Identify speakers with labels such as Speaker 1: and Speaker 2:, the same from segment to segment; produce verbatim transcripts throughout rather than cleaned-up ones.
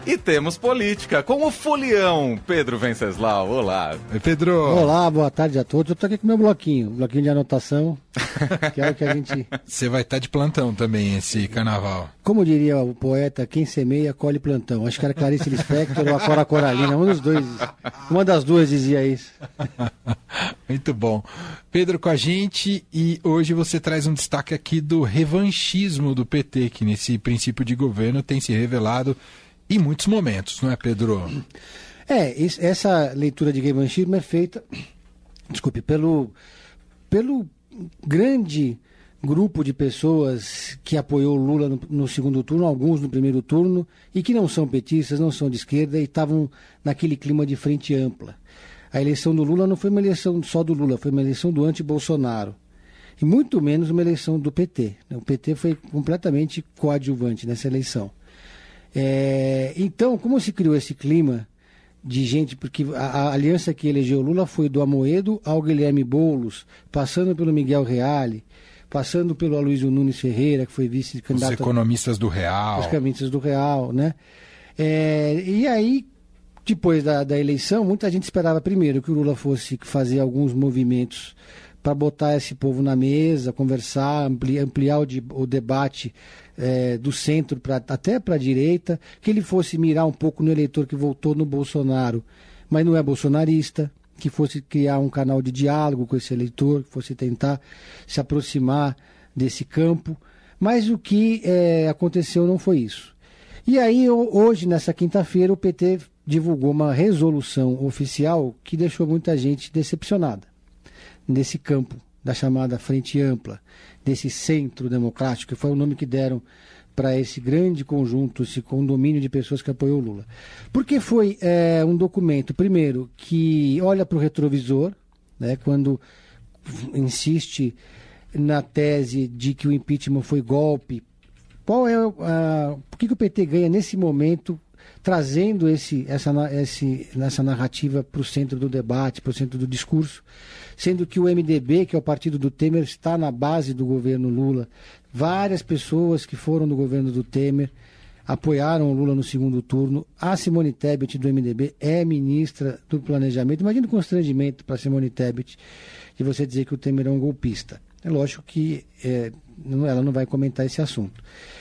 Speaker 1: E temos política com o folião Pedro Venceslau. Olá.
Speaker 2: Oi, Pedro.
Speaker 3: Olá, boa tarde a todos. Eu tô aqui com o meu bloquinho, bloquinho de anotação, que é o que a gente...
Speaker 2: Você vai estar de plantão também esse carnaval.
Speaker 3: Como diria o poeta, quem semeia, colhe plantão. Acho que era Clarice Lispector ou a Cora Coralina, um dos dois, uma das duas dizia isso.
Speaker 2: Muito bom. Pedro com a gente, e hoje você traz um destaque aqui do revanchismo do P T, que nesse princípio de governo tem se revelado em muitos momentos, não é, Pedro?
Speaker 3: É, essa leitura de revanchismo é feita, desculpe, pelo, pelo grande grupo de pessoas que apoiou o Lula no, no segundo turno, alguns no primeiro turno, e que não são petistas, não são de esquerda, e estavam naquele clima de frente ampla. A eleição do Lula não foi uma eleição só do Lula, foi uma eleição do anti-Bolsonaro. E muito menos uma eleição do P T. O P T foi completamente coadjuvante nessa eleição. É, então, como se criou esse clima de gente, porque a, a aliança que elegeu Lula foi do Amoedo ao Guilherme Boulos, passando pelo Miguel Reale, passando pelo Aloysio Nunes Ferreira, que foi vice-candidato...
Speaker 2: Os economistas do Real.
Speaker 3: Os economistas do Real, né? É, e aí, depois da, da eleição, muita gente esperava primeiro que o Lula fosse fazer alguns movimentos para botar esse povo na mesa, conversar, ampliar, ampliar o, de, o debate é, do centro pra, até para a direita, que ele fosse mirar um pouco no eleitor que votou no Bolsonaro, mas não é bolsonarista, que fosse criar um canal de diálogo com esse eleitor, que fosse tentar se aproximar desse campo. Mas o que é, aconteceu não foi isso. E aí, hoje, nessa quinta-feira, o P T divulgou uma resolução oficial que deixou muita gente decepcionada nesse campo da chamada Frente Ampla, desse centro democrático, que foi o nome que deram para esse grande conjunto, esse condomínio de pessoas que apoiou o Lula. Porque foi é, um documento, primeiro, que olha para o retrovisor, né, quando insiste na tese de que o impeachment foi golpe. Qual é a, por que, que o P T ganha nesse momento trazendo esse, essa, esse, essa narrativa para o centro do debate, para o centro do discurso, sendo que o M D B, que é o partido do Temer, está na base do governo Lula. Várias pessoas que foram do governo do Temer apoiaram o Lula no segundo turno. A Simone Tebet, do M D B, é ministra do Planejamento. Imagina o constrangimento para Simone Tebet de você dizer que o Temer é um golpista. É lógico que é, ela não vai comentar esse assunto.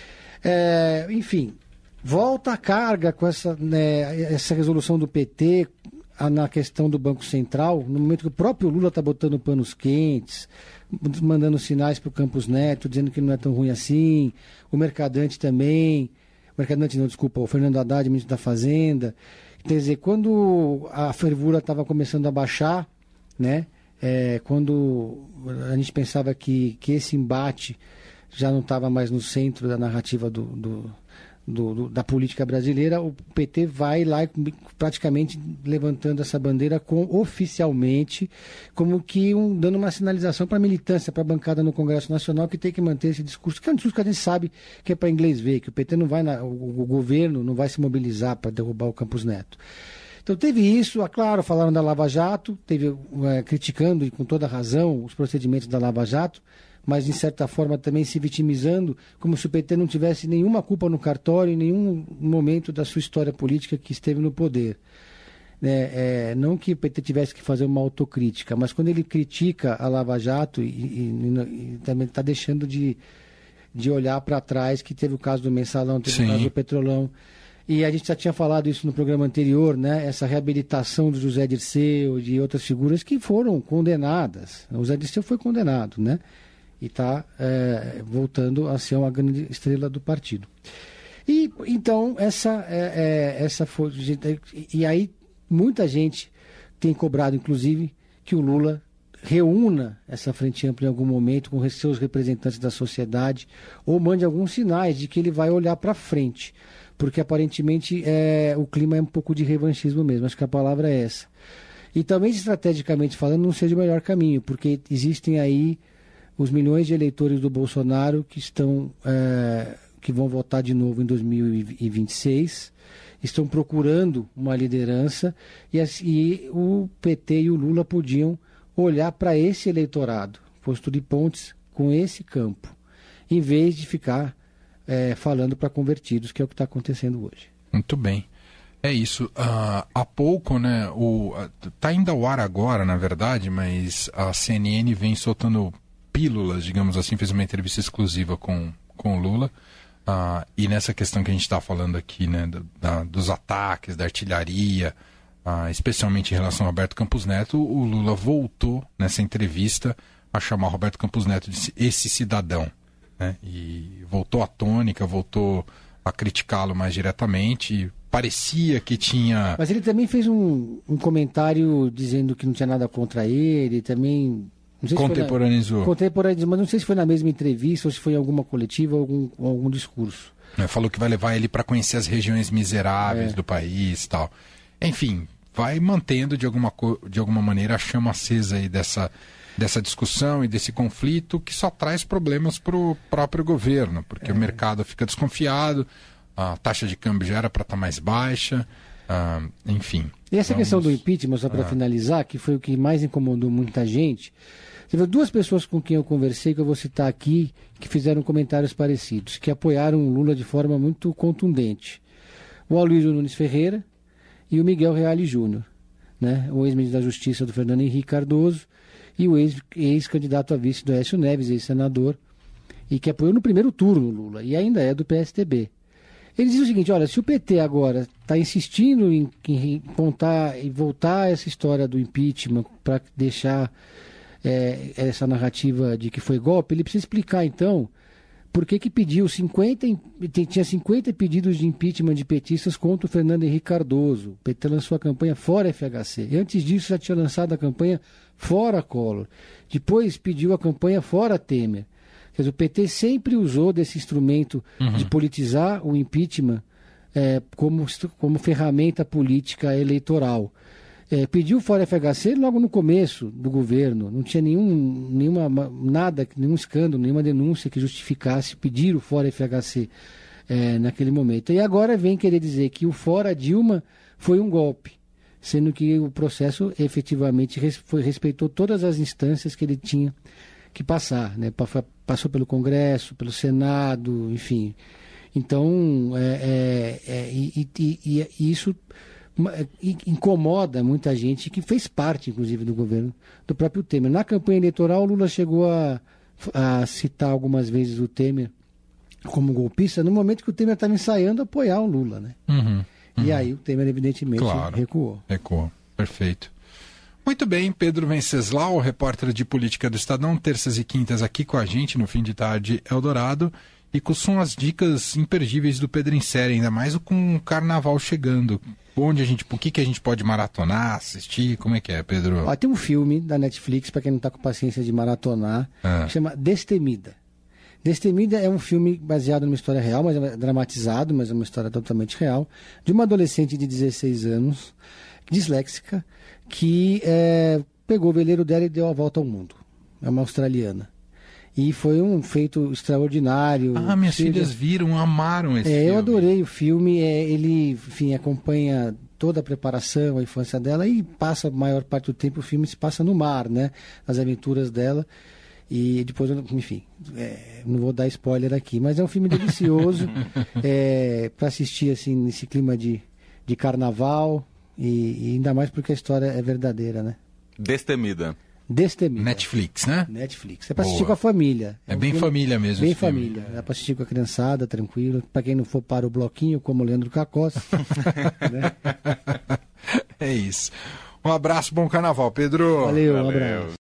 Speaker 3: É, enfim... Volta a carga com essa, né, essa resolução do P T a, na questão do Banco Central, no momento que o próprio Lula está botando panos quentes, mandando sinais para o Campos Neto, dizendo que não é tão ruim assim, o Mercadante também, o Mercadante não, desculpa, o Fernando Haddad, ministro da Fazenda. Quer dizer, quando a fervura estava começando a baixar, né, é, quando a gente pensava que, que esse embate já não estava mais no centro da narrativa do... do Do, do, da política brasileira, o P T vai lá praticamente levantando essa bandeira com, oficialmente, como que um, dando uma sinalização para a militância, para a bancada no Congresso Nacional, que tem que manter esse discurso, que é um discurso que a gente sabe que é para inglês ver, que o P T não vai, na, o, o governo não vai se mobilizar para derrubar o Campos Neto. Então teve isso, é claro, falaram da Lava Jato, teve é, criticando, e com toda razão, os procedimentos da Lava Jato, mas de certa forma também se vitimizando, como se o P T não tivesse nenhuma culpa no cartório em nenhum momento da sua história política que esteve no poder. É, é, não que o P T tivesse que fazer uma autocrítica, mas quando ele critica a Lava Jato e, e, e também está deixando de, de olhar para trás, que teve o caso do Mensalão, teve Sim. o caso do Petrolão. E a gente já tinha falado isso no programa anterior, né? Essa reabilitação do José Dirceu e de outras figuras que foram condenadas. O José Dirceu foi condenado, né? E está é, voltando a ser uma grande estrela do partido. E então, essa, é, é, essa foi. E aí, muita gente tem cobrado, inclusive, que o Lula reúna essa frente ampla em algum momento com seus representantes da sociedade, ou mande alguns sinais de que ele vai olhar para frente. Porque aparentemente é, o clima é um pouco de revanchismo mesmo, acho que a palavra é essa. E também, estrategicamente falando, não seja o melhor caminho, porque existem aí os milhões de eleitores do Bolsonaro que estão é, que vão votar de novo em dois mil e vinte e seis, estão procurando uma liderança e, e o P T e o Lula podiam olhar para esse eleitorado, posto de pontes com esse campo, em vez de ficar é, falando para convertidos, que é o que está acontecendo hoje.
Speaker 2: Muito bem. É isso. Uh, há pouco, né, o, tá ainda ao ar agora, na verdade, mas a C N N vem soltando pílulas, digamos assim, fez uma entrevista exclusiva com, com o Lula. Uh, e nessa questão que a gente está falando aqui, né, da, da, dos ataques, da artilharia, uh, especialmente em relação ao Roberto Campos Neto, o Lula voltou nessa entrevista a chamar o Roberto Campos Neto de esse cidadão, né, e voltou à tônica, voltou a criticá-lo mais diretamente. Parecia que tinha...
Speaker 3: Mas ele também fez um, um comentário dizendo que não tinha nada contra ele, também... Não sei
Speaker 2: Contemporaneizou.
Speaker 3: Se na... Contemporaneizou, mas não sei se foi na mesma entrevista ou se foi em alguma coletiva ou algum, algum discurso.
Speaker 2: É, falou que vai levar ele para conhecer as regiões miseráveis é. do país e tal. Enfim, vai mantendo de alguma, co... de alguma maneira a chama acesa aí dessa, dessa discussão e desse conflito que só traz problemas para o próprio governo, porque é. o mercado fica desconfiado, a taxa de câmbio já era para estar mais baixa, uh, enfim.
Speaker 3: E essa
Speaker 2: vamos...
Speaker 3: questão do impeachment, só para ah. finalizar, que foi o que mais incomodou muita gente, teve duas pessoas com quem eu conversei, que eu vou citar aqui, que fizeram comentários parecidos, que apoiaram o Lula de forma muito contundente. O Aloysio Nunes Ferreira e o Miguel Reale Júnior, né? O ex-ministro da Justiça do Fernando Henrique Cardoso e o ex- ex-candidato a vice do Aécio Neves, ex-senador, e que apoiou no primeiro turno o Lula, e ainda é do P S D B. Ele diz o seguinte, olha, se o P T agora está insistindo em, em contar e voltar essa história do impeachment para deixar é, essa narrativa de que foi golpe, ele precisa explicar então por que que pediu cinquenta, tinha cinquenta pedidos de impeachment de petistas contra o Fernando Henrique Cardoso. O P T lançou a campanha fora F H C. E antes disso já tinha lançado a campanha fora Collor. Depois pediu a campanha fora Temer. Quer dizer, o P T sempre usou desse instrumento uhum. de politizar o impeachment é, como, como ferramenta política eleitoral. É, pediu fora F H C logo no começo do governo. Não tinha nenhum, nenhuma, nada, nenhum escândalo, nenhuma denúncia que justificasse pedir o fora F H C é, naquele momento. E agora vem querer dizer que o fora Dilma foi um golpe, sendo que o processo efetivamente res, foi, respeitou todas as instâncias que ele tinha que passar, né? Passou pelo Congresso, pelo Senado, enfim. Então, é, é, é, e, e, e, e isso incomoda muita gente que fez parte, inclusive, do governo do próprio Temer. Na campanha eleitoral, o Lula chegou a, a citar algumas vezes o Temer como golpista, no momento que o Temer estava ensaiando apoiar o Lula, né?
Speaker 2: Uhum, uhum.
Speaker 3: E aí o Temer, evidentemente,
Speaker 2: claro,
Speaker 3: recuou.
Speaker 2: Recuou, perfeito. Muito bem, Pedro Venceslau, repórter de política do Estadão, terças e quintas aqui com a gente no Fim de Tarde Eldorado, e com são as dicas imperdíveis do Pedro em Série, ainda mais com o Carnaval chegando. Onde a gente, o que, que a gente pode maratonar, assistir, como é que é, Pedro?
Speaker 3: Ó, tem um filme da Netflix, para quem não está com paciência de maratonar, ah. que chama Destemida. Destemida é um filme baseado numa história real, mas é dramatizado, mas é uma história totalmente real, de uma adolescente de dezesseis anos, disléxica, que é, pegou o veleiro dela e deu a volta ao mundo. É uma australiana. E foi um feito extraordinário.
Speaker 2: Ah, minhas seja... filhas viram, amaram esse
Speaker 3: é,
Speaker 2: filme.
Speaker 3: Eu adorei o filme. É, ele, enfim, acompanha toda a preparação, a infância dela, e passa a maior parte do tempo, o filme se passa no mar, né? As aventuras dela. E depois, enfim, é, não vou dar spoiler aqui, mas é um filme delicioso é, para assistir assim, nesse clima de, de carnaval. E, e ainda mais porque a história é verdadeira, né?
Speaker 1: Destemida.
Speaker 3: Destemida.
Speaker 2: Netflix, né?
Speaker 3: Netflix. É pra assistir com a família.
Speaker 2: É,
Speaker 3: é um
Speaker 2: bem
Speaker 3: filme,
Speaker 2: família mesmo.
Speaker 3: Bem família. É pra assistir com a criançada, tranquilo. Pra quem não for para o bloquinho, como o Leandro Cacós. né?
Speaker 2: É isso. Um abraço, bom carnaval, Pedro.
Speaker 3: Valeu,
Speaker 1: Valeu.
Speaker 3: um abraço.